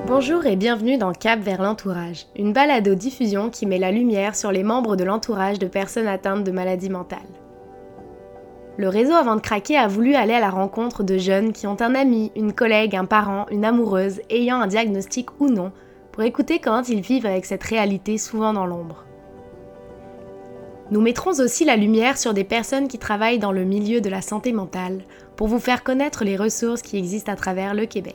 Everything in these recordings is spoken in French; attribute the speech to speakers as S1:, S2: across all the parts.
S1: Bonjour et bienvenue dans Cap vers l'entourage, une balado-diffusion qui met la lumière sur les membres de l'entourage de personnes atteintes de maladies mentales. Le réseau Avant de craquer a voulu aller à la rencontre de jeunes qui ont un ami, une collègue, un parent, une amoureuse ayant un diagnostic ou non, pour écouter comment ils vivent avec cette réalité souvent dans l'ombre. Nous mettrons aussi la lumière sur des personnes qui travaillent dans le milieu de la santé mentale pour vous faire connaître les ressources qui existent à travers le Québec.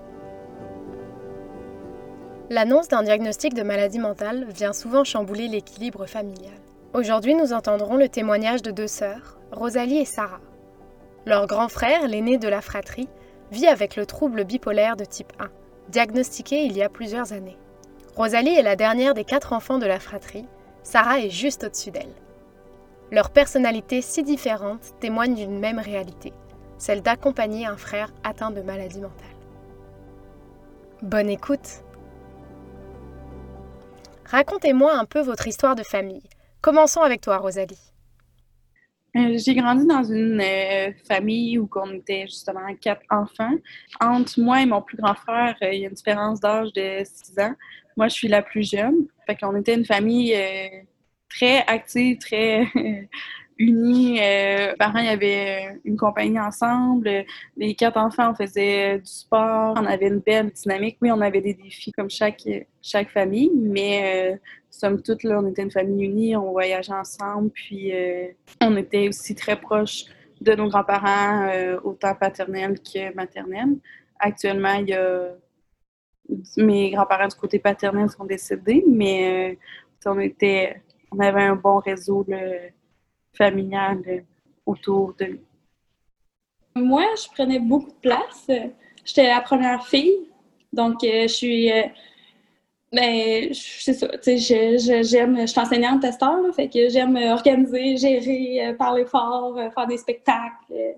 S1: L'annonce d'un diagnostic de maladie mentale vient souvent chambouler l'équilibre familial. Aujourd'hui, nous entendrons le témoignage de deux sœurs, Rosalie et Sarah. Leur grand frère, l'aîné de la fratrie, vit avec le trouble bipolaire de type 1, diagnostiqué il y a plusieurs années. Rosalie est la dernière des 4 enfants de la fratrie, Sarah est juste au-dessus d'elle. Leurs personnalités si différentes témoignent d'une même réalité, celle d'accompagner un frère atteint de maladie mentale. Bonne écoute! Racontez-moi un peu votre histoire de famille. Commençons avec toi, Rosalie.
S2: J'ai grandi dans une famille où on était justement 4 enfants. Entre moi et mon plus grand frère, il y a une différence d'âge de 6 ans. Moi, je suis la plus jeune. Fait qu'on était une famille très active, très unis. Les parents, il y avait une compagnie ensemble. Les 4 enfants, on faisait du sport. On avait une belle dynamique. Oui, on avait des défis comme chaque famille, mais somme toute, là, on était une famille unie. On voyageait ensemble. Puis, on était aussi très proches de nos grands-parents, autant paternels que maternels. Actuellement, il y a mes grands-parents du côté paternel sont décédés, mais on avait un bon réseau là, familial autour de nous.
S3: Moi, je prenais beaucoup de place. J'étais la première fille, donc je suis... c'est ça, tu sais, je suis enseignante testeur, là, fait que j'aime organiser, gérer, parler fort, faire des spectacles.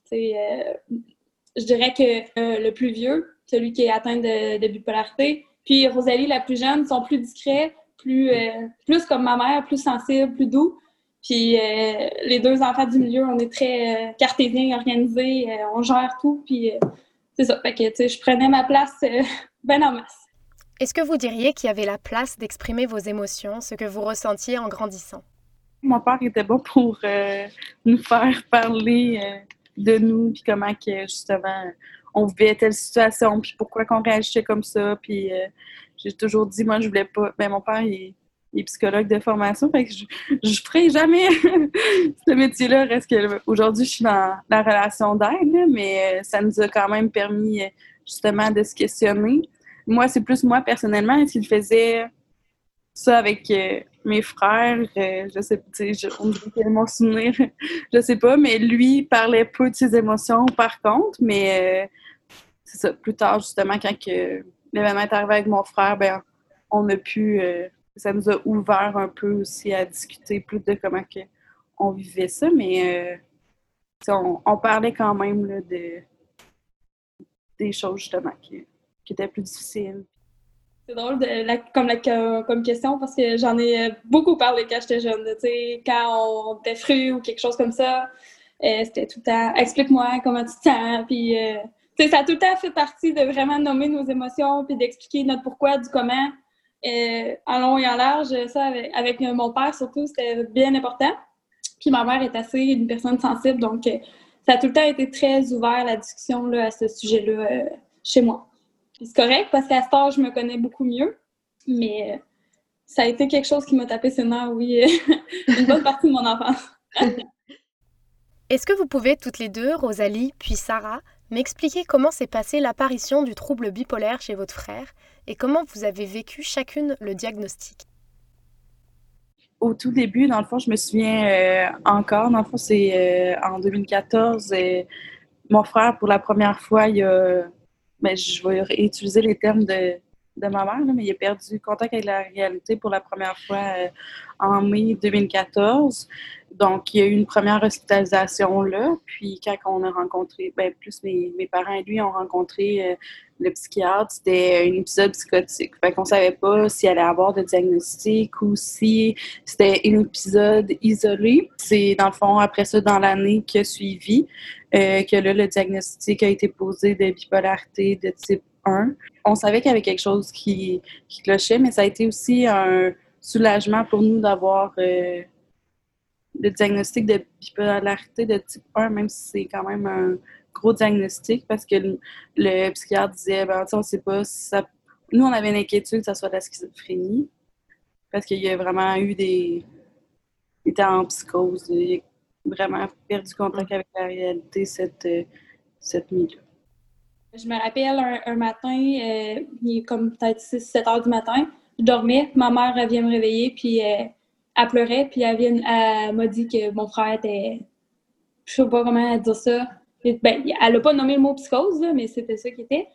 S3: Je dirais que le plus vieux, celui qui est atteint de bipolarité, puis Rosalie, la plus jeune, sont plus discrets, plus comme ma mère, plus sensibles, plus doux. Puis les deux enfants du milieu, on est très cartésiens, organisés, on gère tout, puis c'est ça. Fait que, tu sais, je prenais ma place ben en masse.
S1: Est-ce que vous diriez qu'il y avait la place d'exprimer vos émotions, ce que vous ressentiez en grandissant?
S2: Mon père était bon pour nous faire parler de nous, puis comment que, justement, on vivait telle situation, puis pourquoi qu'on réagissait comme ça. Puis j'ai toujours dit, moi, je voulais pas... Ben, mon père, il est psychologue de formation, fait que je ferai jamais ce métier-là. Reste que aujourd'hui, je suis dans la relation d'aide, là, mais ça nous a quand même permis, justement, de se questionner. Moi, c'est plus moi, personnellement, est-ce qu'il faisait ça avec mes frères? Je sais pas, on dirait quel est mon souvenir, je sais pas, mais lui parlait peu de ses émotions, par contre, mais c'est ça, plus tard, justement, quand l'événement est arrivé avec mon frère, ben on a pu... ça nous a ouvert un peu aussi à discuter plus de comment on vivait ça, mais on parlait quand même là, des choses, justement, qui étaient plus difficiles.
S3: C'est drôle comme question parce que j'en ai beaucoup parlé quand j'étais jeune. Tu sais, quand on était fru ou quelque chose comme ça, c'était tout le temps « explique-moi comment tu te sens ». Puis, tu sais, ça a tout le temps fait partie de vraiment nommer nos émotions puis d'expliquer notre pourquoi, du comment. En long et en large, ça, avec mon père surtout, c'était bien important. Puis ma mère est assez une personne sensible, donc ça a tout le temps été très ouvert, la discussion là, à ce sujet-là chez moi. Puis c'est correct, parce qu'à cet âge, je me connais beaucoup mieux, mais ça a été quelque chose qui m'a tapé sur le nerf, oui, une bonne partie de mon enfance.
S1: Est-ce que vous pouvez toutes les deux, Rosalie puis Sarah, m'expliquer comment s'est passée l'apparition du trouble bipolaire chez votre frère et comment vous avez vécu chacune le diagnostic?
S2: Au tout début, dans le fond, je me souviens encore, dans le fond, c'est en 2014, mon frère, pour la première fois, je vais utiliser les termes de ma mère, là, mais il a perdu contact avec la réalité pour la première fois en mai 2014. Donc, il y a eu une première hospitalisation là. Puis, quand on a rencontré, plus mes parents et lui ont rencontré le psychiatre, c'était un épisode psychotique. Fait qu'on savait pas s'il allait avoir de diagnostic ou si c'était un épisode isolé. C'est, dans le fond, après ça, dans l'année qui a suivi, que là, le diagnostic a été posé de bipolarité de type 1. On savait qu'il y avait quelque chose qui clochait, mais ça a été aussi un soulagement pour nous d'avoir le diagnostic de bipolarité de type 1, même si c'est quand même un gros diagnostic, parce que le psychiatre disait, on ne sait pas si ça... Nous, on avait une inquiétude que ça soit de la schizophrénie, parce qu'il y a vraiment eu il était en psychose, il a vraiment perdu contact avec la réalité cette nuit-là.
S3: Je me rappelle un matin, il est comme peut-être 6-7 heures du matin, je dormais, ma mère elle vient me réveiller, puis elle pleurait, puis elle m'a dit que mon frère était, je sais pas comment dire ça, ben, elle n'a pas nommé le mot psychose, là, mais c'était ça qui était,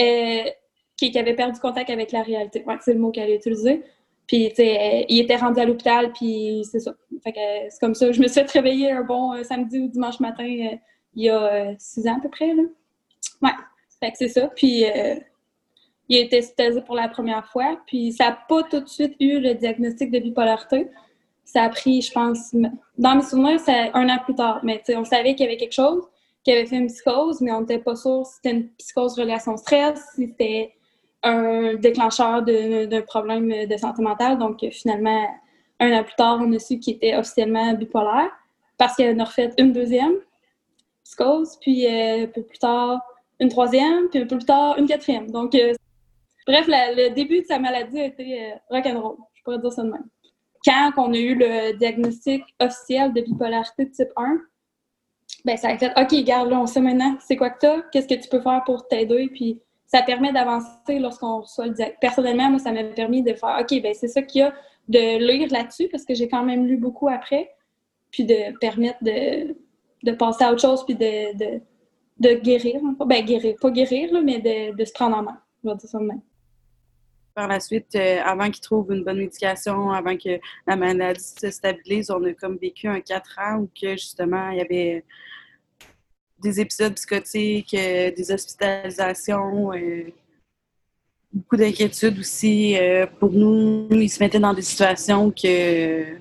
S3: qui avait perdu contact avec la réalité. Ouais, c'est le mot qu'elle a utilisé. Puis, tu sais, il était rendu à l'hôpital, puis c'est ça. Fait que c'est comme ça. Je me suis fait réveiller un bon samedi ou dimanche matin, il y a 6 ans à peu près, là. Ouais, fait que c'est ça. Puis, il a été hospitalisé pour la première fois, puis ça n'a pas tout de suite eu le diagnostic de bipolarité. Ça a pris, je pense, dans mes souvenirs, c'est 1 an plus tard. Mais, tu sais, on savait qu'il y avait quelque chose, qu'il avait fait une psychose, mais on n'était pas sûr si c'était une psychose relation stress, si c'était un déclencheur d'un problème de santé mentale. Donc, finalement, 1 an plus tard, on a su qu'il était officiellement bipolaire parce qu'il en a refait une deuxième psychose, puis un peu plus tard, une troisième, puis un peu plus tard, une quatrième. Donc, bref, le début de sa maladie a été rock'n'roll, je pourrais dire ça de même. Quand on a eu le diagnostic officiel de bipolarité type 1, ben ça a fait « OK, regarde, là, on sait maintenant c'est quoi que t'as, qu'est-ce que tu peux faire pour t'aider », puis ça permet d'avancer lorsqu'on reçoit le diagnostic. Personnellement, moi, ça m'a permis de faire « OK, ben c'est ça qu'il y a », de lire là-dessus, parce que j'ai quand même lu beaucoup après, puis de permettre de passer à autre chose, puis de guérir. Ben guérir, pas guérir, là, mais de se prendre en main, je vais dire ça de même.
S2: Par la suite, avant qu'ils trouvent une bonne médication, avant que la maladie se stabilise, on a comme vécu un 4 ans où que justement, il y avait des épisodes psychotiques, des hospitalisations, beaucoup d'inquiétudes aussi. Pour nous, ils se mettaient dans des situations que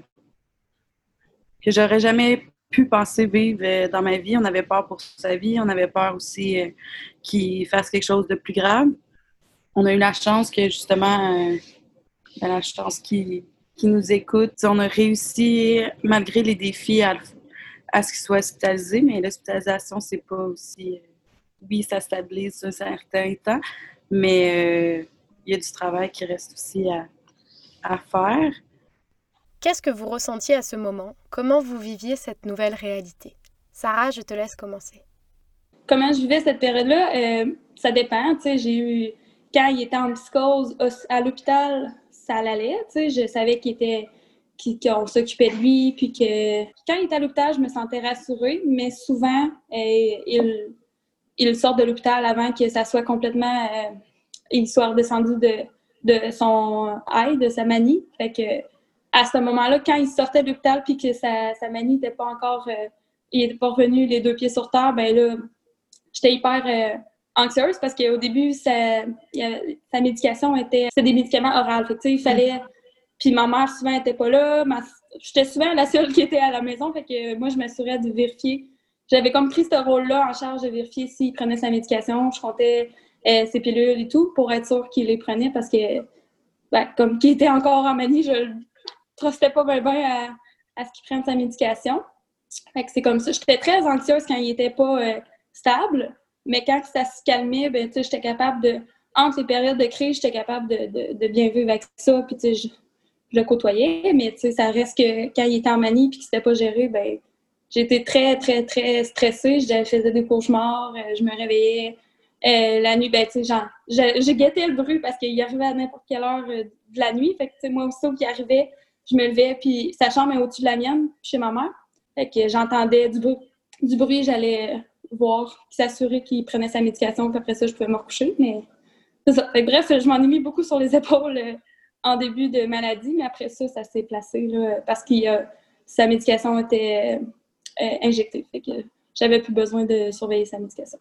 S2: j'aurais jamais pu penser vivre dans ma vie. On avait peur pour sa vie, on avait peur aussi qu'il fasse quelque chose de plus grave. On a eu la chance que justement, la chance qu'ils nous écoutent. On a réussi, malgré les défis, à ce qu'il soit hospitalisé, mais l'hospitalisation, c'est pas aussi... oui, ça stabilise un certain temps, mais il y a du travail qui reste aussi à faire.
S1: Qu'est-ce que vous ressentiez à ce moment? Comment vous viviez cette nouvelle réalité? Sarah, je te laisse commencer.
S3: Comment je vivais cette période-là? Ça dépend. Tu sais, j'ai eu... Quand il était en psychose à l'hôpital, ça allait. Tu sais, je savais qu'on s'occupait de lui, puis que quand il était à l'hôpital, je me sentais rassurée, mais souvent, il sort de l'hôpital avant que ça soit complètement... il soit redescendu de son high, de sa manie. Fait que à ce moment-là, quand il sortait de l'hôpital puis que sa manie n'était pas encore... il n'était pas revenu les 2 pieds sur terre, ben là, j'étais hyper anxieuse parce qu'au début, sa médication était... C'était des médicaments oraux. Fait que, il fallait... Puis ma mère, souvent, n'était pas là. J'étais souvent la seule qui était à la maison. Fait que moi, je m'assurais de vérifier. J'avais comme pris ce rôle-là en charge de vérifier s'il prenait sa médication. Je comptais ses pilules et tout pour être sûre qu'il les prenait parce que, ben, comme qu'il était encore en manie, je ne trustais pas bien à ce qu'il prenne sa médication. Fait que c'est comme ça. J'étais très anxieuse quand il n'était pas stable, mais quand ça se calmait, ben, tu sais, j'étais capable de... Entre les périodes de crise, j'étais capable de bien vivre avec ça. Puis, tu sais, je le côtoyais, mais tu sais, ça reste que quand il était en manie et que c'était pas géré, ben j'étais très, très, très stressée. Je faisais des cauchemars, je me réveillais la nuit, ben tu sais, genre, je guettais le bruit parce qu'il arrivait à n'importe quelle heure de la nuit. Fait que, tu sais, moi, aussitôt qu'il arrivait, je me levais, puis sa chambre est au-dessus de la mienne, chez ma mère. Fait que j'entendais du bruit, j'allais voir, s'assurer qu'il prenait sa médication, puis après ça, je pouvais me recoucher, mais c'est ça. Fait que, bref, je m'en ai mis beaucoup sur les épaules en début de maladie, mais après ça, ça s'est placé là, parce que sa médication était injectée. Fait que j'avais plus besoin de surveiller sa médication.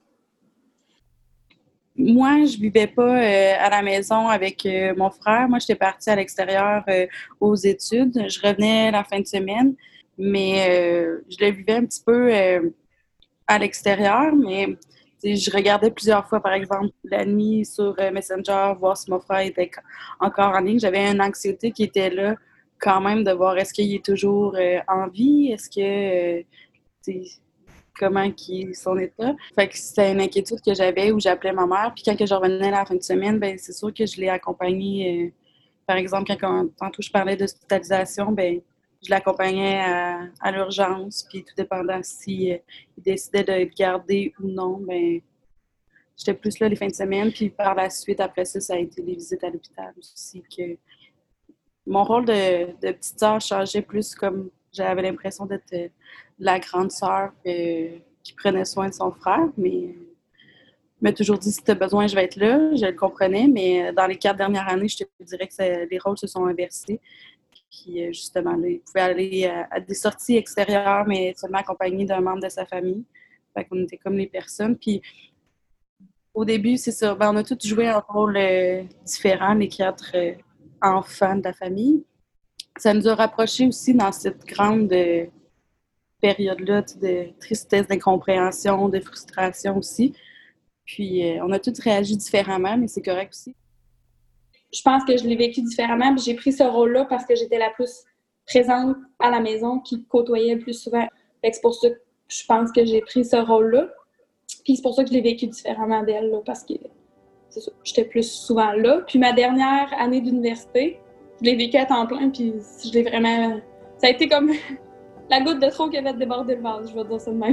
S2: Moi, je vivais pas à la maison avec mon frère. Moi, j'étais partie à l'extérieur aux études. Je revenais la fin de semaine, mais je le vivais un petit peu à l'extérieur. Mais Je regardais plusieurs fois, par exemple, la nuit sur Messenger, voir si mon frère était encore en ligne. J'avais une anxiété qui était là quand même de voir est-ce qu'il est toujours en vie, est-ce que, comment qui est son état. Fait que c'était une inquiétude que j'avais où j'appelais ma mère. Puis quand que je revenais à la fin de semaine, ben c'est sûr que je l'ai accompagnée. Par exemple, tantôt je parlais d'hospitalisation, ben je l'accompagnais à l'urgence. Puis tout dépendant si il décidait de le garder ou non, ben j'étais plus là les fins de semaine. Puis par la suite, après ça, ça a été les visites à l'hôpital aussi. Que mon rôle de petite sœur changeait plus comme j'avais l'impression d'être la grande sœur qui prenait soin de son frère, mais m'a toujours dit si tu as besoin, je vais être là. Je le comprenais, mais dans les 4 dernières années, je te dirais que les rôles se sont inversés. Puis justement, là, il pouvait aller à des sorties extérieures, mais seulement accompagné d'un membre de sa famille. Fait qu'on était comme les personnes. Puis au début, c'est ça, ben, on a tous joué un rôle différent, les 4 enfants de la famille. Ça nous a rapprochés aussi dans cette grande période-là de tristesse, d'incompréhension, de frustration aussi. Puis, on a tous réagi différemment, mais c'est correct aussi.
S3: Je pense que je l'ai vécu différemment, puis j'ai pris ce rôle-là parce que j'étais la plus présente à la maison, qui côtoyait le plus souvent. Fait que c'est pour ça que je pense que j'ai pris ce rôle-là. Puis c'est pour ça que je l'ai vécu différemment d'elle, là, parce que c'est ça, j'étais plus souvent là. Puis ma dernière année d'université, je l'ai vécu à temps plein, puis je l'ai vraiment... Ça a été comme la goutte de trop qui avait débordé le vase, je vais dire ça de même.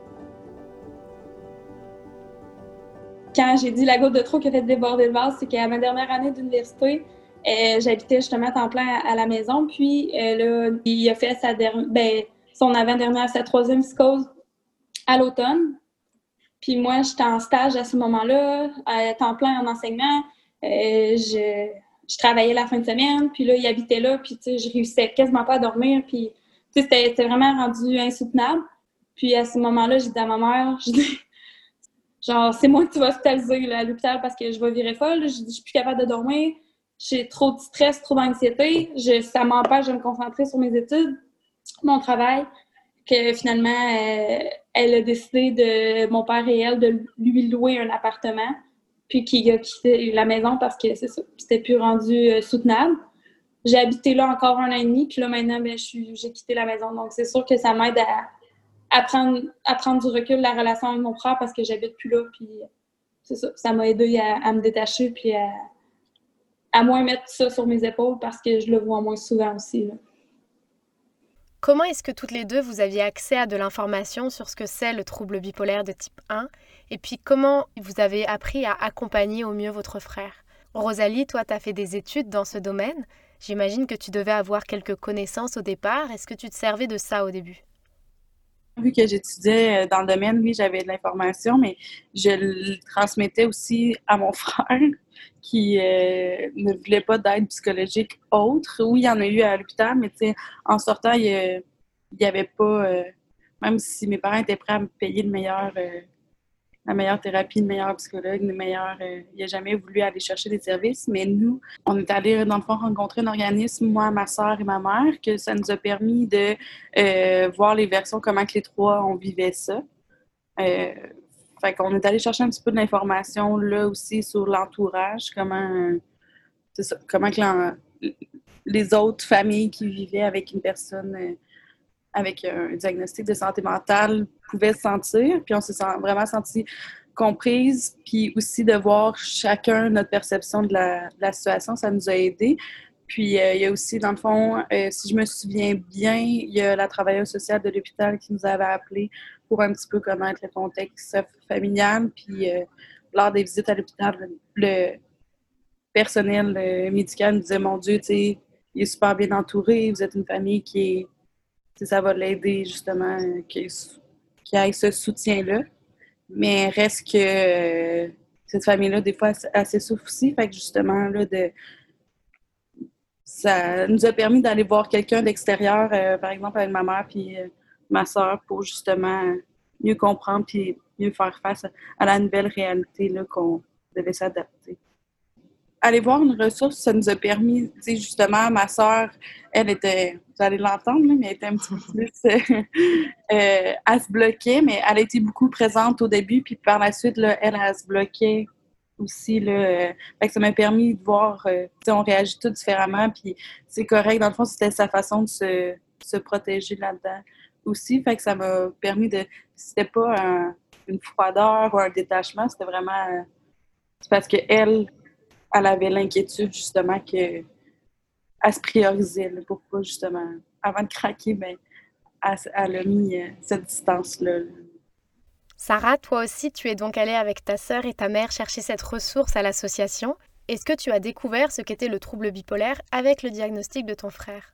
S3: Quand j'ai dit la goutte de trop qui a fait déborder le vase, c'est qu'à ma dernière année d'université, j'habitais justement à temps plein à la maison. Puis là, il a fait son avant-dernière, sa 3e psychose à l'automne. Puis moi, j'étais en stage à ce moment-là, à temps plein en enseignement. Je travaillais la fin de semaine, puis là, il habitait là, puis tu sais, je réussissais quasiment pas à dormir. Puis tu sais, c'était vraiment rendu insoutenable. Puis à ce moment-là, j'ai dit à ma mère, je dis, genre, c'est moi que tu vas hospitaliser là, à l'hôpital parce que je vais virer folle. Je suis plus capable de dormir. J'ai trop de stress, trop d'anxiété. Ça m'empêche de me concentrer sur mes études, mon travail. Que finalement, elle a décidé de, mon père et elle, de lui louer un appartement. Puis qu'il a quitté la maison parce que c'est ça, c'était plus rendu soutenable. J'ai habité là encore 1 an et demi. Puis là, maintenant, j'ai quitté la maison. Donc, c'est sûr que ça m'aide à prendre du recul la relation avec mon frère parce que j'habite plus là. Puis c'est ça, ça m'a aidé à me détacher puis à moins mettre ça sur mes épaules parce que je le vois moins souvent aussi, là.
S1: Comment est-ce que toutes les deux, vous aviez accès à de l'information sur ce que c'est le trouble bipolaire de type 1? Et puis, comment vous avez appris à accompagner au mieux votre frère? Rosalie, toi, tu as fait des études dans ce domaine. J'imagine que tu devais avoir quelques connaissances au départ. Est-ce que tu te servais de ça au début?
S2: Vu que j'étudiais dans le domaine, oui, j'avais de l'information, mais je le transmettais aussi à mon frère qui ne voulait pas d'aide psychologique autre. Oui, il y en a eu à l'hôpital, mais tu sais, en sortant, il y avait pas, même si mes parents étaient prêts à me payer la meilleure thérapie, le meilleur psychologue, il n'a jamais voulu aller chercher des services, mais nous, on est allé dans le fond rencontrer un organisme, moi, ma soeur et ma mère, que ça nous a permis de voir les versions, comment que les 3, on vivait ça. Fait qu'on est allé chercher un petit peu de l'information là aussi sur l'entourage, comment que les autres familles qui vivaient avec une personne avec un diagnostic de santé mentale pouvaient se sentir. Puis on s'est vraiment senti comprise. Puis aussi de voir chacun notre perception de la situation, ça nous a aidés. Puis il y a aussi, dans le fond, si je me souviens bien, il y a la travailleuse sociale de l'hôpital qui nous avait appelés pour un petit peu connaître le contexte familial. Puis lors des visites à l'hôpital, le personnel médical nous disait, mon Dieu, tu sais, il est super bien entouré, vous êtes une famille qui est... Ça va l'aider justement qu'il ait ce soutien-là. Mais reste que cette famille-là, des fois, elle s'essouffle aussi. Fait que justement, là, ça nous a permis d'aller voir quelqu'un d'extérieur, par exemple avec ma mère puis ma soeur, pour justement mieux comprendre puis mieux faire face à la nouvelle réalité là, qu'on devait s'adapter. aller voir une ressource, ça nous a permis, tu sais, justement, ma sœur, elle était, vous allez l'entendre, là, mais elle était un petit peu plus, elle se bloquait, mais elle a été beaucoup présente au début, puis par la suite, là, elle se bloquait aussi, là, fait que ça m'a permis de voir, tu sais, on réagit tous différemment, puis c'est correct, dans le fond, c'était sa façon de se protéger là-dedans aussi, fait que ça m'a permis de, c'était pas une froideur ou un détachement, c'était vraiment, c'est parce que elle avait l'inquiétude, justement, qu'elle se priorisait, là, pour pas, justement, avant de craquer, ben, elle a mis cette distance-là.
S1: Sarah, toi aussi, tu es donc allée avec ta sœur et ta mère chercher cette ressource à l'association. Est-ce que tu as découvert ce qu'était le trouble bipolaire avec le diagnostic de ton frère?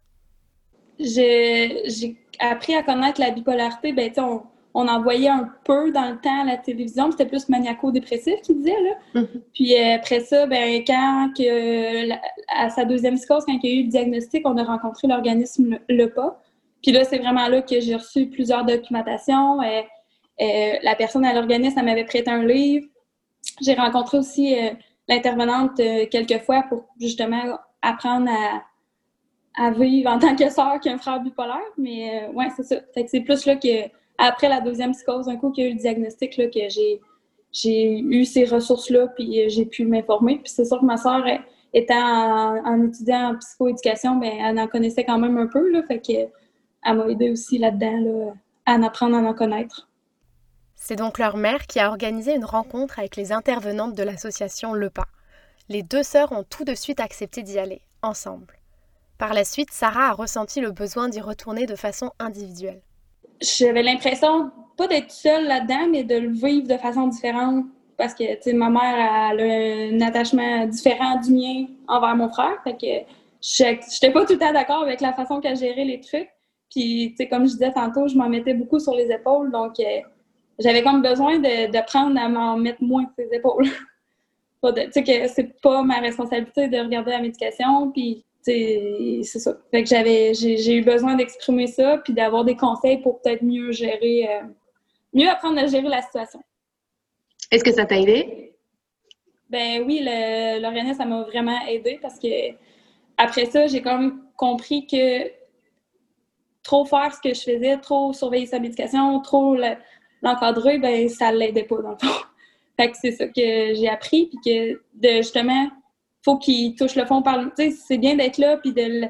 S3: J'ai appris à connaître la bipolarité. Ben, on en voyait un peu dans le temps à la télévision. C'était plus maniaco-dépressif qu'il disait, là. Puis après ça, ben, à sa deuxième psychose, quand il y a eu le diagnostic, on a rencontré l'organisme LEPA. Puis là, c'est vraiment là que j'ai reçu plusieurs documentations. La personne à l'organisme, elle m'avait prêté un livre. J'ai rencontré aussi l'intervenante quelques fois pour justement apprendre à vivre en tant que sœur qu'un frère bipolaire. Mais ouais, c'est ça. Fait que c'est plus là que, après la deuxième psychose, un coup qu'il y a eu le diagnostic, là, que j'ai eu ces ressources-là, puis j'ai pu m'informer. Puis c'est sûr que ma sœur, étant en étudiant en psychoéducation, ben, elle en connaissait quand même un peu, là. Fait que elle m'a aidée aussi là-dedans, là, à en apprendre à en connaître.
S1: C'est donc leur mère qui a organisé une rencontre avec les intervenantes de l'association LEPA. Les deux sœurs ont tout de suite accepté d'y aller, ensemble. Par la suite, Sarah a ressenti le besoin d'y retourner de façon individuelle.
S3: J'avais l'impression, pas d'être seule là-dedans, mais de le vivre de façon différente. Parce que, tu sais, ma mère, elle a un attachement différent du mien envers mon frère. Fait que j'étais pas tout le temps d'accord avec la façon qu'elle gérait les trucs. Puis, tu sais, comme je disais tantôt, je m'en mettais beaucoup sur les épaules. Donc, j'avais comme besoin d'apprendre à m'en mettre moins sur les épaules. Tu sais, que c'est pas ma responsabilité de regarder la médication. Puis, c'est ça. Fait que j'ai eu besoin d'exprimer ça, puis d'avoir des conseils pour peut-être mieux gérer, mieux apprendre à gérer la situation.
S4: Est-ce que ça t'a aidé?
S3: Ben oui, l'organisme, ça m'a vraiment aidée parce que après ça, j'ai comme compris que trop faire ce que je faisais, trop surveiller sa médication, trop l'encadrer, ben ça l'aidait pas dans le fond. Fait que c'est ça que j'ai appris, puis que justement, faut qu'il touche le fond par... Tu sais, c'est bien d'être là, puis de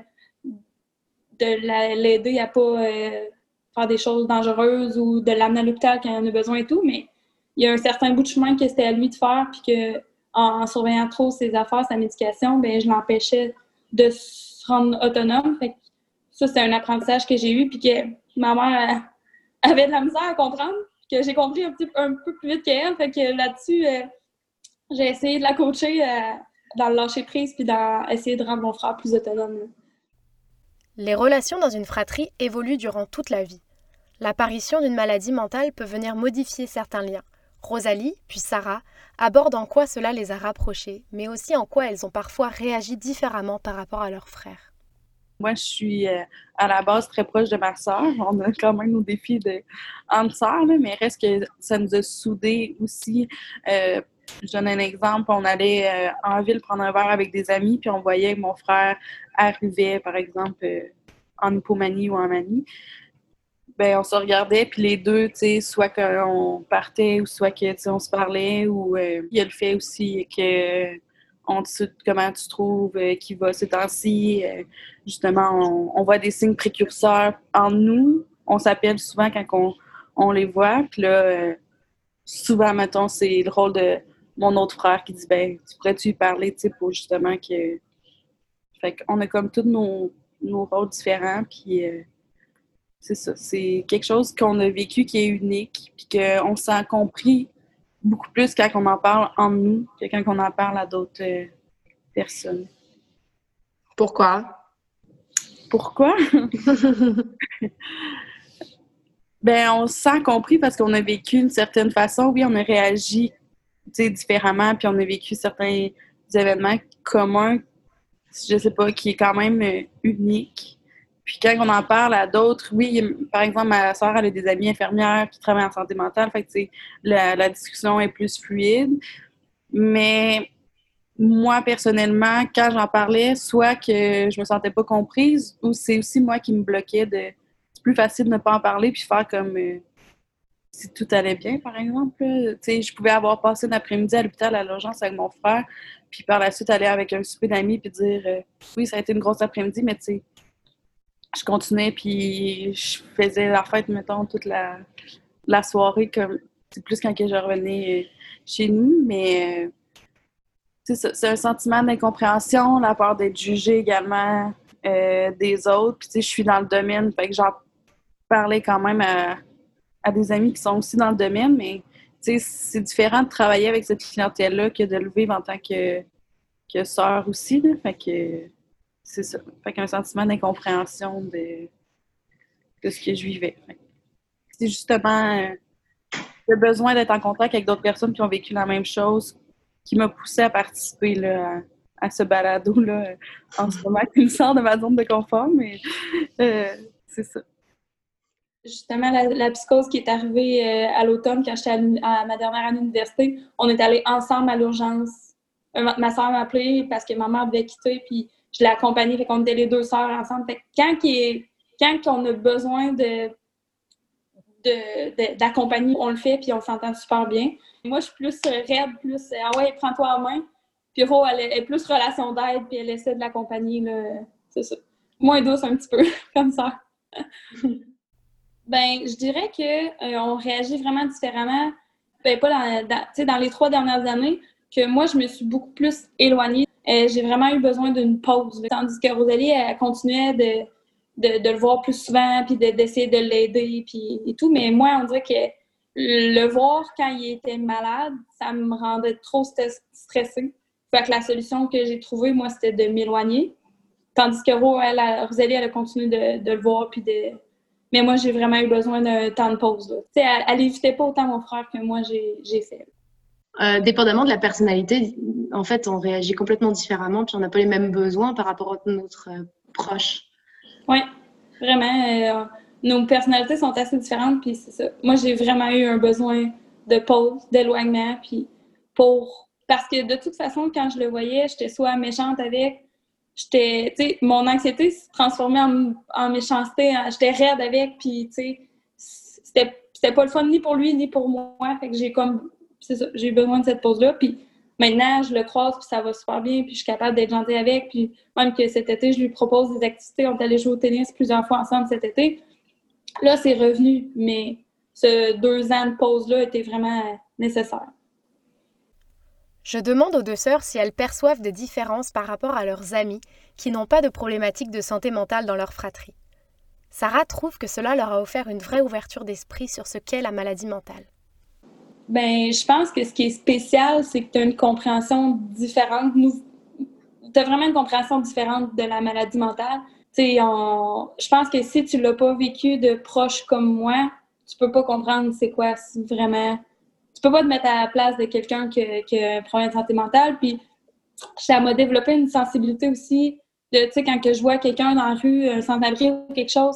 S3: l'aider à pas faire des choses dangereuses ou de l'amener à l'hôpital quand il en a besoin et tout, mais il y a un certain bout de chemin que c'était à lui de faire, puis que en surveillant trop ses affaires, sa médication, ben je l'empêchais de se rendre autonome. Fait que ça, c'est un apprentissage que j'ai eu, puis que ma mère avait de la misère à comprendre, que j'ai compris un peu plus vite qu'elle. Fait que là-dessus, j'ai essayé de la coacher dans le lâcher-prise, puis essayer de rendre mon frère plus autonome.
S1: Les relations dans une fratrie évoluent durant toute la vie. L'apparition d'une maladie mentale peut venir modifier certains liens. Rosalie, puis Sarah, abordent en quoi cela les a rapprochées, mais aussi en quoi elles ont parfois réagi différemment par rapport à leurs frères.
S2: Moi, je suis à la base très proche de ma sœur. On a quand même nos défis entre sœurs, là, mais reste que ça nous a soudés aussi. Je donne un exemple. On allait en ville prendre un verre avec des amis, puis on voyait que mon frère arrivait, par exemple, en hypomanie ou en manie. Ben, on se regardait, puis les deux, tu sais, soit qu'on partait ou soit que, tu sais, on se parlait, ou il y a le fait aussi que on te dit comment tu trouves qui va ces temps-ci. Justement, on voit des signes précurseurs en nous. On s'appelle souvent quand on les voit. Puis là, souvent, mettons, c'est le rôle de mon autre frère qui dit, ben, tu pourrais-tu lui parler, tu sais, pour justement que... Fait qu'on a comme tous nos rôles différents, puis c'est ça. C'est quelque chose qu'on a vécu qui est unique, puis qu'on se sent compris beaucoup plus quand on en parle en nous que quand on en parle à d'autres personnes.
S4: Pourquoi?
S2: Pourquoi? Ben, on se sent compris parce qu'on a vécu d'une certaine façon. Oui, on a réagi différemment, puis on a vécu certains événements communs, je sais pas, qui est quand même unique. Puis quand on en parle à d'autres, oui, par exemple, ma soeur, elle a des amies infirmières qui travaillent en santé mentale, fait que la discussion est plus fluide. Mais moi, personnellement, quand j'en parlais, soit que je me sentais pas comprise, ou c'est aussi moi qui me bloquais c'est plus facile de ne pas en parler puis faire comme si tout allait bien, par exemple. Tu sais, je pouvais avoir passé un après-midi à l'hôpital à l'urgence avec mon frère, puis par la suite aller avec un souper d'amis puis dire oui, ça a été une grosse après-midi, mais tu sais, je continuais puis je faisais la fête, mettons, toute la soirée, comme c'est plus quand que je revenais chez nous, mais c'est un sentiment d'incompréhension, la peur d'être jugée également des autres. Puis tu sais, je suis dans le domaine, fait que j'en parlais quand même à des amis qui sont aussi dans le domaine, mais tu sais, c'est différent de travailler avec cette clientèle-là que de le vivre en tant que sœur aussi, là. Fait que c'est ça. Fait qu'un sentiment d'incompréhension de ce que je vivais. C'est justement le besoin d'être en contact avec d'autres personnes qui ont vécu la même chose qui m'a poussée à participer là, à ce balado-là en ce moment, qui me sort de ma zone de confort, mais c'est ça.
S3: Justement, la psychose qui est arrivée à l'automne, quand j'étais à ma dernière année d'université, on est allés ensemble à l'urgence. Ma soeur m'a appelée parce que ma mère devait quitter, puis je l'ai accompagnée, fait qu'on était les deux sœurs ensemble. Fait que quand on a besoin d'accompagner, on le fait, puis on s'entend super bien. Moi, je suis plus raide, plus « Ah ouais, prends-toi en main ». Puis Ro, elle est plus relation d'aide, puis elle essaie de l'accompagner, là. C'est ça. Moins douce un petit peu, comme ça. Ben, je dirais que on réagit vraiment différemment. Ben, pas dans les 3 dernières années, que moi, je me suis beaucoup plus éloignée. J'ai vraiment eu besoin d'une pause. Tandis que Rosalie, elle continuait de le voir plus souvent, puis d'essayer de l'aider, puis et tout. Mais moi, on dirait que le voir quand il était malade, ça me rendait trop stressée. Fait que la solution que j'ai trouvée, moi, c'était de m'éloigner. Tandis que Rosalie, elle a continué de le voir, puis Mais moi, j'ai vraiment eu besoin d'un temps de pause. Tu sais, elle n'évitait pas autant mon frère que moi, j'ai fait.
S4: Dépendamment de la personnalité, en fait, on réagit complètement différemment, puis on n'a pas les mêmes besoins par rapport à notre proche.
S3: Oui, vraiment. Nos personnalités sont assez différentes, puis c'est ça. Moi, j'ai vraiment eu un besoin de pause, d'éloignement, puis parce que de toute façon, quand je le voyais, j'étais soit méchante avec, tu sais, mon anxiété se transformait en méchanceté, j'étais raide avec, puis tu sais, c'était pas le fun ni pour lui ni pour moi, fait que c'est ça, j'ai eu besoin de cette pause-là, puis maintenant, je le croise, puis ça va super bien, puis je suis capable d'être gentille avec, puis même que cet été, je lui propose des activités, on est allé jouer au tennis plusieurs fois ensemble cet été. Là, c'est revenu, mais ce 2 ans de pause-là était vraiment nécessaire.
S1: Je demande aux 2 sœurs si elles perçoivent des différences par rapport à leurs amis qui n'ont pas de problématiques de santé mentale dans leur fratrie. Sarah trouve que cela leur a offert une vraie ouverture d'esprit sur ce qu'est la maladie mentale.
S3: Ben, je pense que ce qui est spécial, c'est que tu as une compréhension différente. Tu as vraiment une compréhension différente de la maladie mentale. Je pense que si tu l'as pas vécu de proche comme moi, tu peux pas comprendre c'est quoi vraiment. Tu peux pas te mettre à la place de quelqu'un qui a un problème de santé mentale. Puis ça m'a développé une sensibilité aussi de, tu sais, quand que je vois quelqu'un dans la rue, un sans-abri ou quelque chose,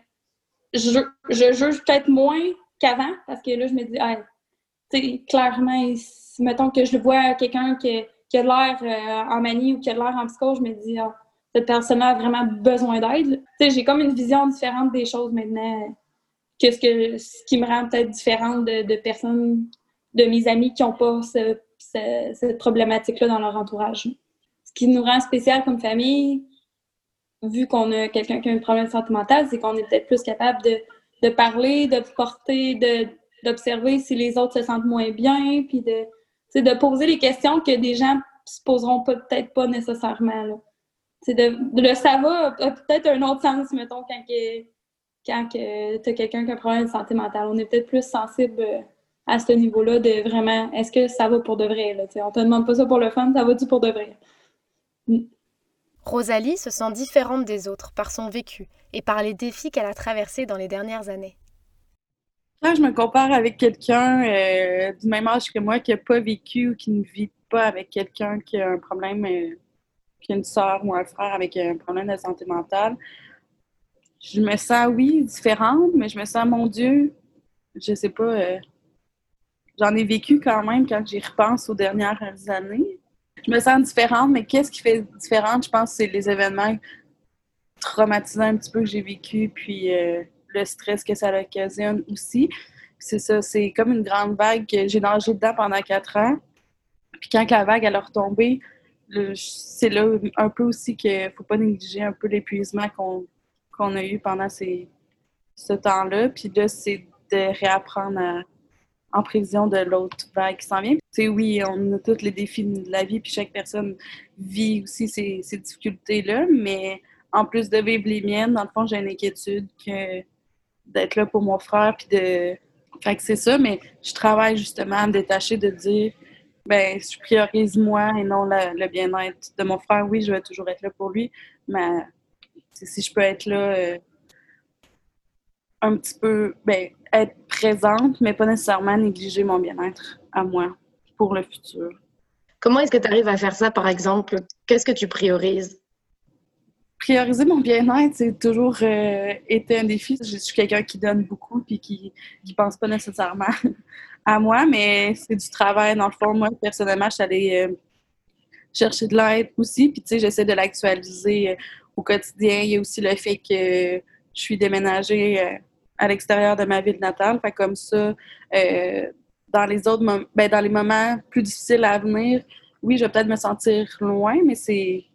S3: je juge peut-être moins qu'avant parce que là, je me dis, ah, tu sais, clairement, mettons que je vois quelqu'un qui a l'air en manie ou qui a l'air en psychose, je me dis, ah, cette personne-là a vraiment besoin d'aide. Tu sais, j'ai comme une vision différente des choses maintenant que ce qui me rend peut-être différente de personnes, de mes amis qui n'ont pas cette problématique-là dans leur entourage. Ce qui nous rend spécial comme famille, vu qu'on a quelqu'un qui a un problème de santé mentale, c'est qu'on est peut-être plus capable de parler, de porter, d'observer si les autres se sentent moins bien, puis de poser les questions que des gens se poseront peut-être pas nécessairement. Là. Le ça va a peut-être un autre sens, mettons, quand tu as quelqu'un qui a un problème de santé mentale. On est peut-être plus sensible à ce niveau-là de vraiment, est-ce que ça va pour de vrai? Là, on te demande pas ça pour le fun, ça va-tu pour de vrai?
S1: Rosalie se sent différente des autres par son vécu et par les défis qu'elle a traversés dans les dernières années.
S2: Quand je me compare avec quelqu'un du même âge que moi qui n'a pas vécu ou qui ne vit pas avec quelqu'un qui a un problème, qui a une sœur ou un frère avec un problème de santé mentale, je me sens, oui, différente, mais je me sens, mon Dieu, je sais pas, j'en ai vécu quand même quand j'y repense aux dernières années. je me sens différente, mais qu'est-ce qui fait différente, je pense, c'est les événements traumatisants un petit peu que j'ai vécu, puis le stress que ça occasionne aussi. C'est ça, c'est comme une grande vague que j'ai nagé dedans pendant 4 ans. Puis quand la vague elle a retombé, c'est là un peu aussi qu'il ne faut pas négliger un peu l'épuisement qu'on a eu pendant ce temps-là. Puis là, c'est de réapprendre en prévision de l'autre vague qui s'en vient. Tu sais, oui, on a tous les défis de la vie, puis chaque personne vit aussi ces difficultés-là, mais en plus de vivre les miennes, dans le fond, j'ai une inquiétude que d'être là pour mon frère, puis de... Fait que c'est ça, mais je travaille justement à me détacher de dire, ben, je priorise moi et non le bien-être de mon frère. Oui, je vais toujours être là pour lui, mais si je peux être là un petit peu, ben, être présente, mais pas nécessairement négliger mon bien-être à moi pour le futur.
S4: Comment est-ce que tu arrives à faire ça, par exemple? Qu'est-ce que tu priorises?
S2: Prioriser mon bien-être, c'est toujours été un défi. Je suis quelqu'un qui donne beaucoup puis qui pense pas nécessairement à moi, mais c'est du travail. Dans le fond, moi, personnellement, je suis allée chercher de l'aide aussi. Puis, tu sais, j'essaie de l'actualiser au quotidien. Il y a aussi le fait que je suis déménagée à l'extérieur de ma ville natale. Fait comme ça, dans les moments plus difficiles à venir, oui, je vais peut-être me sentir loin, mais c'est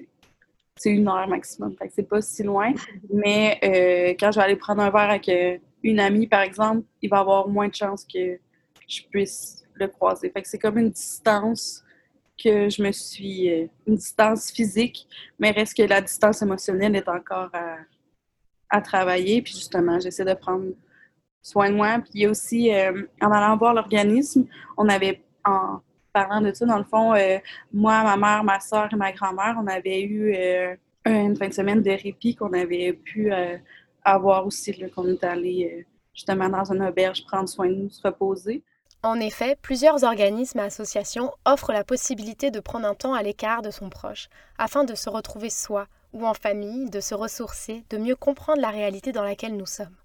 S2: 1 heure maximum. Fait que c'est pas si loin. Mais quand je vais aller prendre un verre avec une amie, par exemple, il va y avoir moins de chances que je puisse le croiser. Fait que c'est comme une distance que je me suis... une distance physique, mais reste que la distance émotionnelle est encore à travailler. Puis justement, j'essaie de prendre soin de moi. Puis il y a aussi, en allant voir l'organisme, on avait... en parlant de ça, dans le fond, moi, ma mère, ma soeur et ma grand-mère, on avait eu une fin de semaine de répit qu'on avait pu avoir aussi, là, qu'on est allé justement dans une auberge prendre soin de nous, se reposer.
S1: En effet, plusieurs organismes et associations offrent la possibilité de prendre un temps à l'écart de son proche, afin de se retrouver soi ou en famille, de se ressourcer, de mieux comprendre la réalité dans laquelle nous sommes.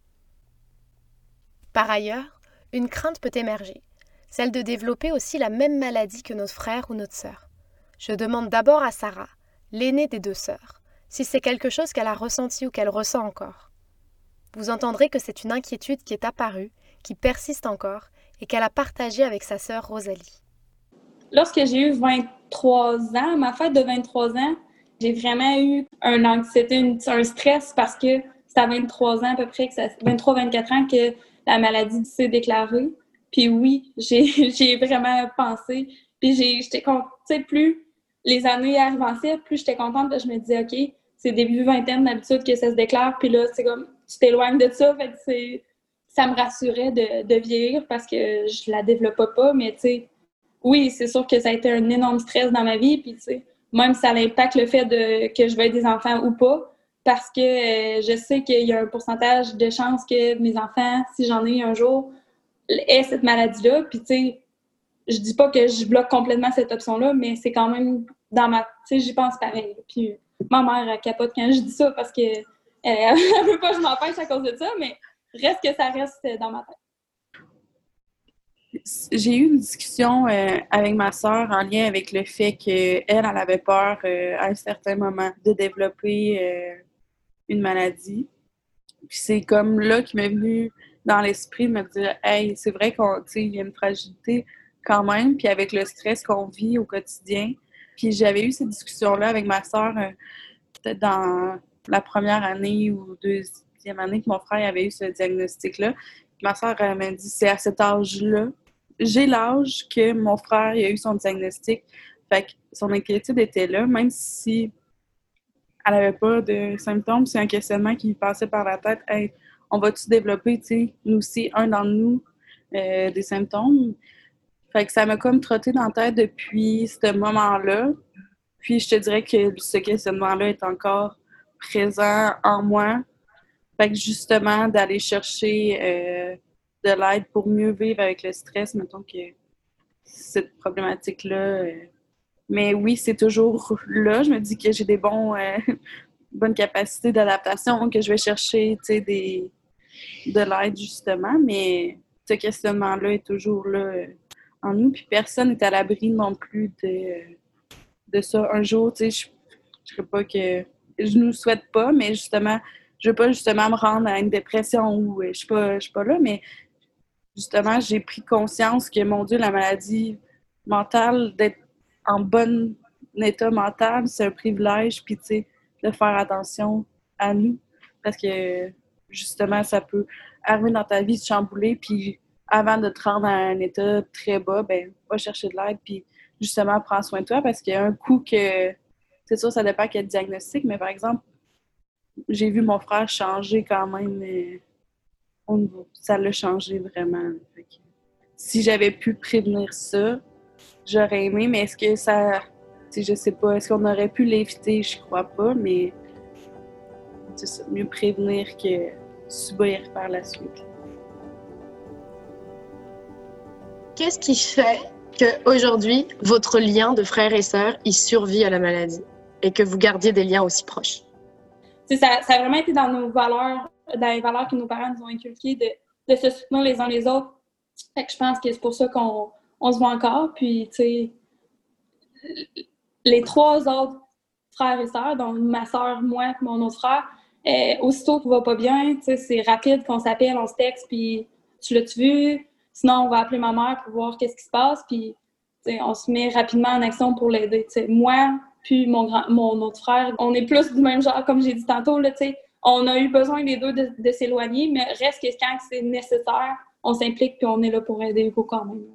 S1: Par ailleurs, une crainte peut émerger, celle de développer aussi la même maladie que notre frère ou notre sœur. Je demande d'abord à Sarah, l'aînée des 2 sœurs, si c'est quelque chose qu'elle a ressenti ou qu'elle ressent encore. Vous entendrez que c'est une inquiétude qui est apparue, qui persiste encore, et qu'elle a partagée avec sa sœur Rosalie.
S3: Lorsque j'ai eu 23 ans, ma fête de 23 ans, j'ai vraiment eu un anxiété, un stress parce que c'est à 23 ans à peu près, 23-24 ans que la maladie s'est déclarée. Puis oui, j'ai vraiment pensé. Puis j'étais contente, tu sais, plus les années avançaient, plus j'étais contente. Je me disais, OK, c'est début vingtaine d'habitude que ça se déclare. Puis là, c'est comme, tu t'éloignes de ça. Fait que ça me rassurait de vieillir parce que je la développais pas. Mais tu sais, oui, c'est sûr que ça a été un énorme stress dans ma vie. Puis tu sais, même ça impacte le fait que je veuille des enfants ou pas. Parce que je sais qu'il y a un pourcentage de chances que mes enfants, si j'en ai un jour, aient cette maladie-là. Puis, tu sais, je dis pas que je bloque complètement cette option-là, mais c'est quand même dans ma... Tu sais, j'y pense pareil. Puis, ma mère, elle capote quand je dis ça parce que elle veut pas que je m'empêche à cause de ça, mais reste que ça reste dans ma tête.
S2: J'ai eu une discussion avec ma sœur en lien avec le fait qu'elle avait peur à un certain moment de développer une maladie. Puis c'est comme là qui m'est venu dans l'esprit de me dire « Hey, c'est vrai qu'il y a une fragilité quand même, puis avec le stress qu'on vit au quotidien. » Puis j'avais eu cette discussion-là avec ma sœur peut-être dans la première année ou 2e année que mon frère avait eu ce diagnostic-là. Ma sœur m'a dit « C'est à cet âge-là. J'ai l'âge que mon frère a eu son diagnostic. » Fait que son inquiétude était là, même si elle n'avait pas de symptômes, c'est un questionnement qui lui passait par la tête. Hey, on va-tu développer, tu sais, nous aussi, un dans nous, des symptômes? Fait que ça m'a comme trotté dans la tête depuis ce moment-là. Puis je te dirais que ce questionnement-là est encore présent en moi. Fait que justement, d'aller chercher de l'aide pour mieux vivre avec le stress, mettons que cette problématique-là... mais oui, c'est toujours là. Je me dis que j'ai des bonnes capacités d'adaptation, que je vais chercher, tu sais, de l'aide, justement. Mais ce questionnement-là est toujours là en nous. Puis personne n'est à l'abri non plus de ça. Un jour, tu sais, je serais pas que... Je nous souhaite pas, mais justement, je veux pas justement me rendre à une dépression où je suis pas là, mais justement, j'ai pris conscience que, mon Dieu, la maladie mentale, d'être en bon état mental, c'est un privilège, puis tu sais, de faire attention à nous, parce que, justement, ça peut arriver dans ta vie de chambouler, puis avant de te rendre à un état très bas, ben va chercher de l'aide, puis justement, prends soin de toi, parce qu'il y a un coup que, c'est sûr, ça dépend quel diagnostic, mais par exemple, j'ai vu mon frère changer quand même au niveau. Ça l'a changé vraiment. Fait que, si j'avais pu prévenir ça, j'aurais aimé, mais est-ce que ça... Tu sais, je sais pas, est-ce qu'on aurait pu l'éviter? Je crois pas, mais c'est mieux prévenir que subir par la suite.
S4: Qu'est-ce qui fait qu'aujourd'hui, votre lien de frères et sœurs, il survit à la maladie et que vous gardiez des liens aussi proches?
S3: Ça a vraiment été dans nos valeurs, dans les valeurs que nos parents nous ont inculquées, de se soutenir les uns les autres. Fait que je pense que c'est pour ça qu'on se voit encore. Puis, tu sais, les 3 autres frères et sœurs, donc ma sœur, moi et mon autre frère, aussitôt qu'il va pas bien, tu sais, c'est rapide qu'on s'appelle, on se texte, puis tu l'as-tu vu? Sinon, on va appeler ma mère pour voir qu'est-ce qui se passe, puis tu sais, on se met rapidement en action pour l'aider. Tu sais, moi, puis mon autre frère, on est plus du même genre, comme j'ai dit tantôt, là, tu sais, on a eu besoin les deux de s'éloigner, mais reste que quand c'est nécessaire, on s'implique puis on est là pour aider Hugo quand même.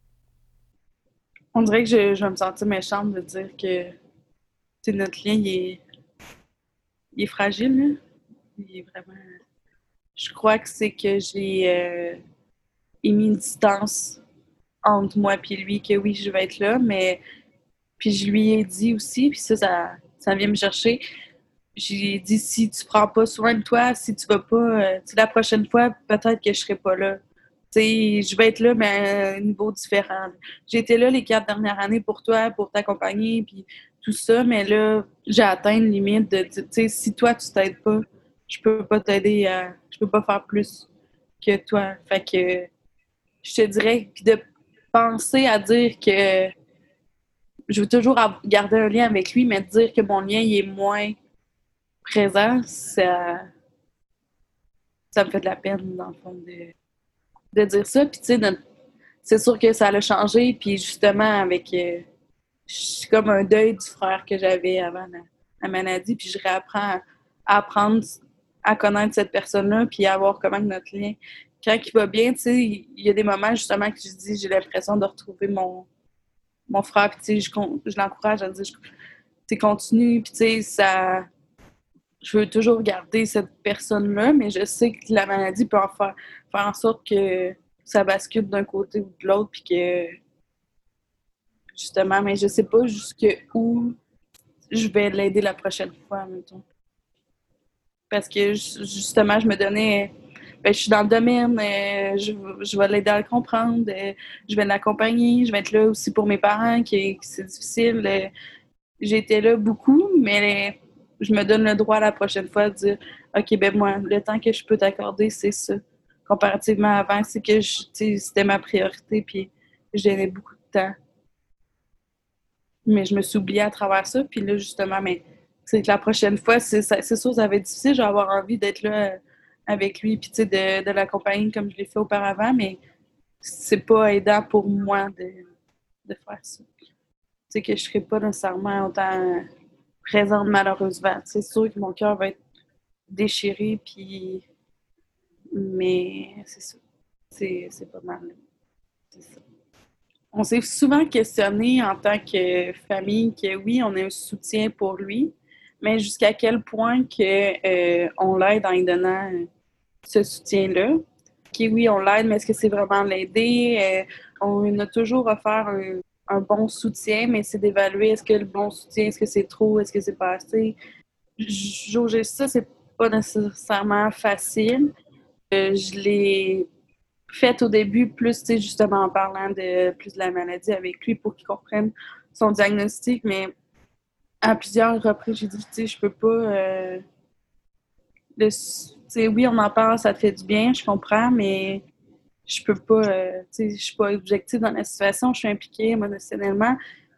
S2: On dirait que je vais me sentir méchante de dire que notre lien, il est fragile. Là. Il est vraiment... Je crois que c'est que j'ai mis une distance entre moi et lui, que oui, je vais être là, mais puis je lui ai dit aussi, puis ça vient me chercher. J'ai dit, si tu prends pas soin de toi, si tu vas pas, la prochaine fois, peut-être que je serai pas là. T'sais, je vais être là, mais à un niveau différent. J'ai été là les 4 dernières années pour toi, pour t'accompagner, puis tout ça, mais là, j'ai atteint une limite de dire, si toi, tu t'aides pas, je peux pas t'aider je peux pas faire plus que toi. Fait que, je te dirais, puis de penser à dire que je veux toujours garder un lien avec lui, mais de dire que mon lien, il est moins présent, ça me fait de la peine, dans le fond, de dire ça. Puis, tu sais, c'est sûr que ça l'a changé. Puis, justement, avec... c'est comme un deuil du frère que j'avais avant la maladie. Puis, je réapprends à apprendre à connaître cette personne-là puis à voir comment notre lien... Quand il va bien, tu sais, il y a des moments, justement, que je dis, j'ai l'impression de retrouver mon frère. Puis, tu sais, je l'encourage à dire, tu sais, continue. Puis, tu sais, ça... Je veux toujours garder cette personne-là, mais je sais que la maladie peut faire en sorte que ça bascule d'un côté ou de l'autre, puis que, justement, mais je sais pas jusqu'où je vais l'aider la prochaine fois, mettons. Parce que, justement, je me donnais... Ben, je suis dans le domaine, je vais l'aider à le comprendre, je vais l'accompagner, je vais être là aussi pour mes parents, qui c'est difficile. J'ai été là beaucoup, mais... je me donne le droit la prochaine fois de dire « OK, ben moi, le temps que je peux t'accorder, c'est ça. » Comparativement à avant, c'est que c'était ma priorité, puis je donnais beaucoup de temps. Mais je me suis oubliée à travers ça, puis là, justement, mais c'est que la prochaine fois, c'est sûr, ça va être difficile, je vais avoir envie d'être là avec lui, puis tu sais, de l'accompagner comme je l'ai fait auparavant, mais c'est pas aidant pour moi de faire ça. Tu sais, que je serai pas nécessairement autant... présente malheureusement. C'est sûr que mon cœur va être déchiré, puis... mais c'est ça. C'est pas mal. C'est ça. On s'est souvent questionné en tant que famille que oui, on a un soutien pour lui, mais jusqu'à quel point on l'aide en lui donnant ce soutien-là. OK, oui, on l'aide, mais est-ce que c'est vraiment l'aider? On a toujours offert un bon soutien, mais c'est d'évaluer est-ce que le bon soutien, est-ce que c'est trop, est-ce que c'est pas assez. Jauger ça, c'est pas nécessairement facile. Je l'ai fait au début, plus, tu sais, justement en parlant plus de la maladie avec lui pour qu'il comprenne son diagnostic, mais à plusieurs reprises, j'ai dit, tu sais, je peux pas... tu sais, oui, on en parle, ça te fait du bien, je comprends, mais je peux pas, tu sais, je suis pas objective dans la situation, je suis impliquée émotionnellement,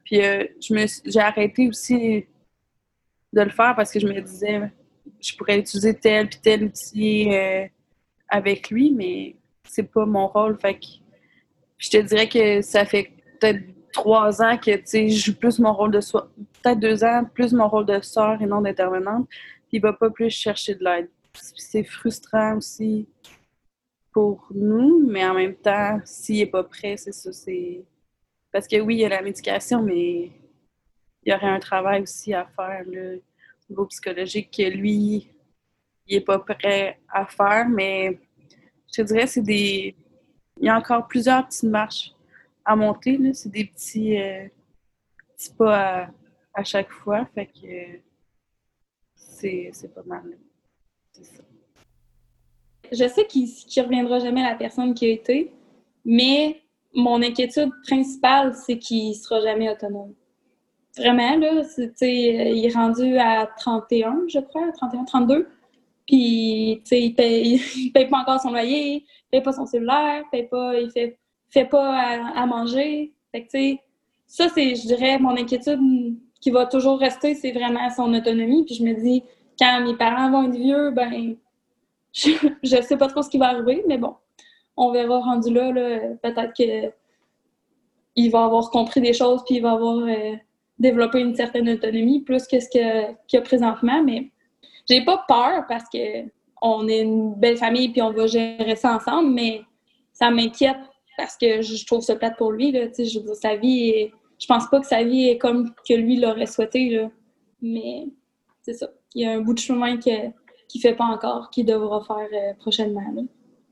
S2: Puis j'ai arrêté aussi de le faire parce que je me disais, je pourrais utiliser tel puis tel outil avec lui, mais c'est pas mon rôle. Fait que je te dirais que ça fait peut-être 3 ans que, tu sais, je joue plus mon rôle de soeur, peut-être 2 ans, plus mon rôle de sœur et non d'intervenante. Puis il va pas plus chercher de l'aide. C'est frustrant aussi pour nous, mais en même temps, s'il est pas prêt, c'est ça, c'est... Parce que oui, il y a la médication, mais il y aurait un travail aussi à faire, là, au niveau psychologique, que lui, il est pas prêt à faire, mais je te dirais, il y a encore plusieurs petites marches à monter, là. C'est des petits pas à chaque fois, fait que c'est pas mal, là. C'est ça.
S3: Je sais qu'il ne reviendra jamais la personne qui a été, mais mon inquiétude principale, c'est qu'il ne sera jamais autonome. Vraiment, là, il est rendu à 31, je crois, 31, 32. Puis, il paye pas encore son loyer, il paye pas son cellulaire, il fait pas à manger. Fait que, ça, c'est, je dirais, mon inquiétude qui va toujours rester, c'est vraiment son autonomie. Puis je me dis, quand mes parents vont être vieux, ben, je sais pas trop ce qui va arriver, mais bon, on verra rendu là, peut-être qu'il va avoir compris des choses, puis il va avoir développé une certaine autonomie, plus que qu'il y a présentement, mais j'ai pas peur parce que on est une belle famille puis on va gérer ça ensemble, mais ça m'inquiète parce que je trouve ça plate pour lui, là, je veux dire, je pense pas que sa vie est comme que lui l'aurait souhaité, là, mais c'est ça. Il y a un bout de chemin qu'il fait pas encore, qu'il devra faire prochainement, là.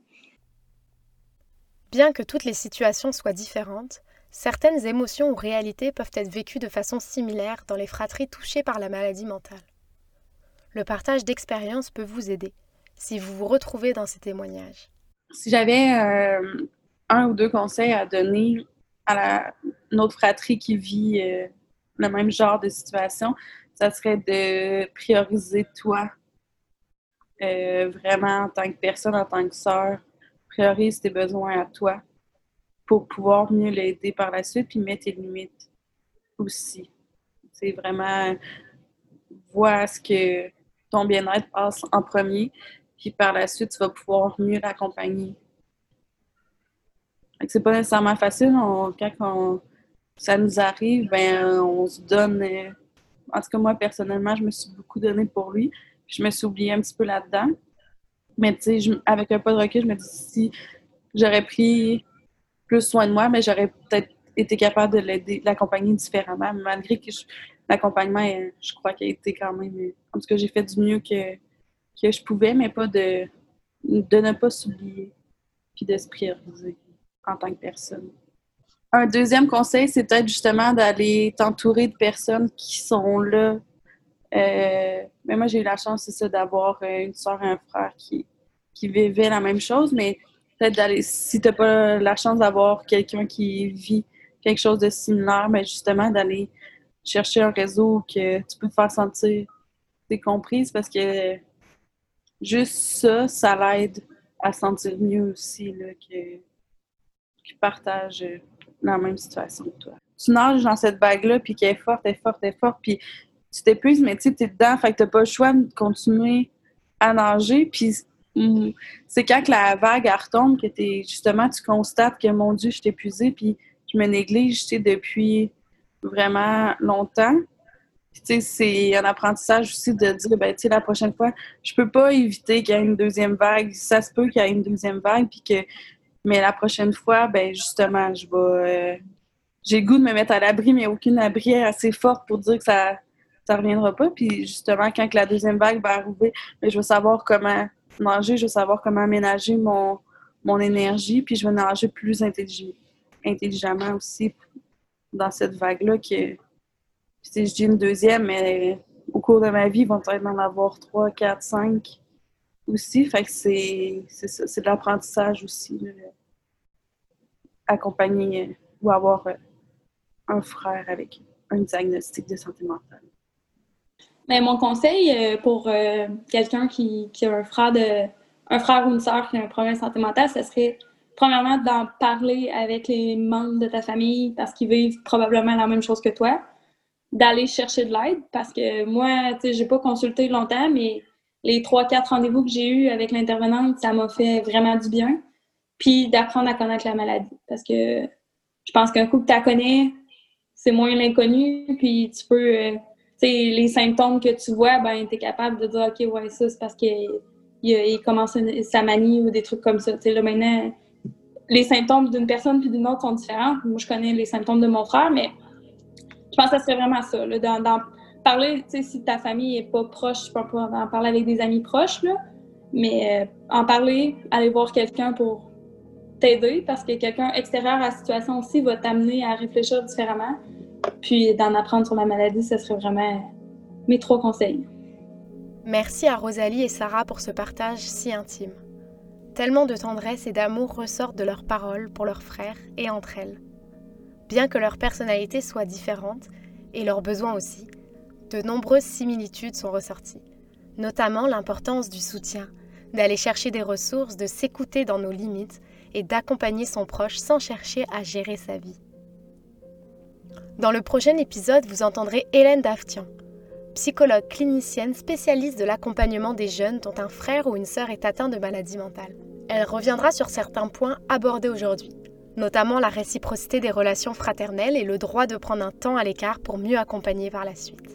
S1: Bien que toutes les situations soient différentes, certaines émotions ou réalités peuvent être vécues de façon similaire dans les fratries touchées par la maladie mentale. Le partage d'expériences peut vous aider, si vous vous retrouvez dans ces témoignages.
S2: Si j'avais 1 ou 2 conseils à donner à notre fratrie qui vit le même genre de situation, ça serait de prioriser toi, vraiment en tant que personne, en tant que sœur. Priorise tes besoins à toi pour pouvoir mieux l'aider par la suite, puis mettre tes limites aussi. C'est vraiment, vois ce que ton bien-être passe en premier, puis par la suite, tu vas pouvoir mieux l'accompagner. C'est pas nécessairement facile. Quand ça nous arrive, ben on se donne... en tout cas, moi, personnellement, je me suis beaucoup donnée pour lui. Puis je me suis oubliée un petit peu là-dedans. Mais tu sais, avec un pas de recul, je me dis si j'aurais pris plus soin de moi, mais j'aurais peut-être été capable de l'aider, de l'accompagner différemment. Malgré que l'accompagnement, je crois qu'il a été quand même... En tout cas, j'ai fait du mieux que je pouvais, mais pas de ne pas s'oublier puis de se prioriser en tant que personne. Un deuxième conseil, c'est peut-être justement d'aller t'entourer de personnes qui sont là. Mais moi, j'ai eu la chance, c'est ça, d'avoir une soeur et un frère qui vivaient la même chose, mais peut-être d'aller, si tu n'as pas la chance d'avoir quelqu'un qui vit quelque chose de similaire, mais justement d'aller chercher un réseau que tu peux te faire sentir comprise, parce que juste ça l'aide à se sentir mieux aussi, là, qu'ils partagent la même situation que toi. Tu nages dans cette vague-là, puis qu'elle est forte, puis tu t'épuises, mais tu sais, t'es dedans, fait que t'as pas le choix de continuer à nager, puis c'est quand que la vague, elle retombe, que justement, tu constates que, mon Dieu, je suis épuisée, puis je me néglige, tu sais, depuis vraiment longtemps. Puis, tu sais, c'est un apprentissage aussi de dire, ben, tu sais, la prochaine fois, je peux pas éviter qu'il y ait une deuxième vague. Ça se peut qu'il y ait une deuxième vague, mais la prochaine fois, ben, justement, j'ai le goût de me mettre à l'abri, mais aucune abri assez forte pour dire que ça reviendra pas. Puis, justement, quand que la deuxième vague va arriver, ben, je vais savoir comment nager, je vais savoir comment aménager mon énergie, puis je vais nager plus intelligemment aussi dans cette vague-là que... Puis, je dis une deuxième, mais au cours de ma vie, ils vont peut-être en avoir 3, 4, 5 aussi. Fait que c'est ça, c'est de l'apprentissage aussi. Là. Accompagner ou avoir un frère avec un diagnostic de santé mentale.
S3: Mais mon conseil pour quelqu'un qui a un frère ou une sœur qui a un problème de santé mentale, ce serait premièrement, d'en parler avec les membres de ta famille parce qu'ils vivent probablement la même chose que toi. D'aller chercher de l'aide parce que moi, tu sais, j'ai pas consulté longtemps, mais les 3-4 rendez-vous que j'ai eus avec l'intervenante, ça m'a fait vraiment du bien. Puis d'apprendre à connaître la maladie parce que je pense qu'un coup que tu la connais, c'est moins l'inconnu, puis tu peux, tu sais, les symptômes que tu vois, ben, tu es capable de dire, OK, ouais, ça, c'est parce qu'il commence sa manie ou des trucs comme ça. Tu sais, là, maintenant, les symptômes d'une personne puis d'une autre sont différents. Moi, je connais les symptômes de mon frère, mais je pense que ça serait vraiment ça, là, d'en parler, tu sais, si ta famille n'est pas proche, tu peux pas en parler avec des amis proches, là, mais en parler, aller voir quelqu'un pour t'aider parce que quelqu'un extérieur à la situation aussi va t'amener à réfléchir différemment. Puis d'en apprendre sur la maladie, ce serait vraiment mes 3 conseils.
S1: Merci à Rosalie et Sarah pour ce partage si intime. Tellement de tendresse et d'amour ressortent de leurs paroles pour leurs frères et entre elles. Bien que leurs personnalités soient différentes, et leurs besoins aussi, de nombreuses similitudes sont ressorties. Notamment l'importance du soutien, d'aller chercher des ressources, de s'écouter dans nos limites, et d'accompagner son proche sans chercher à gérer sa vie. Dans le prochain épisode, vous entendrez Hélène Daftian, psychologue clinicienne spécialiste de l'accompagnement des jeunes dont un frère ou une sœur est atteint de maladie mentale. Elle reviendra sur certains points abordés aujourd'hui, notamment la réciprocité des relations fraternelles et le droit de prendre un temps à l'écart pour mieux accompagner par la suite.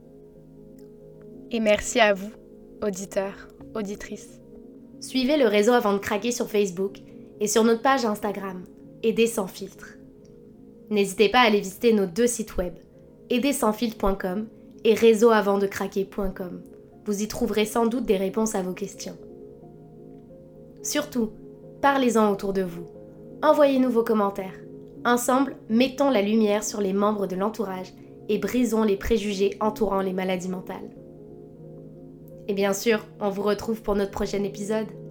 S1: Et merci à vous, auditeurs, auditrices.
S5: Suivez le réseau Avant de craquer sur Facebook et sur notre page Instagram, Aider sans filtre. N'hésitez pas à aller visiter nos 2 sites web, aidersansfiltre.com et réseauavantdecraquer.com. Vous y trouverez sans doute des réponses à vos questions. Surtout, parlez-en autour de vous. Envoyez-nous vos commentaires. Ensemble, mettons la lumière sur les membres de l'entourage et brisons les préjugés entourant les maladies mentales. Et bien sûr, on vous retrouve pour notre prochain épisode.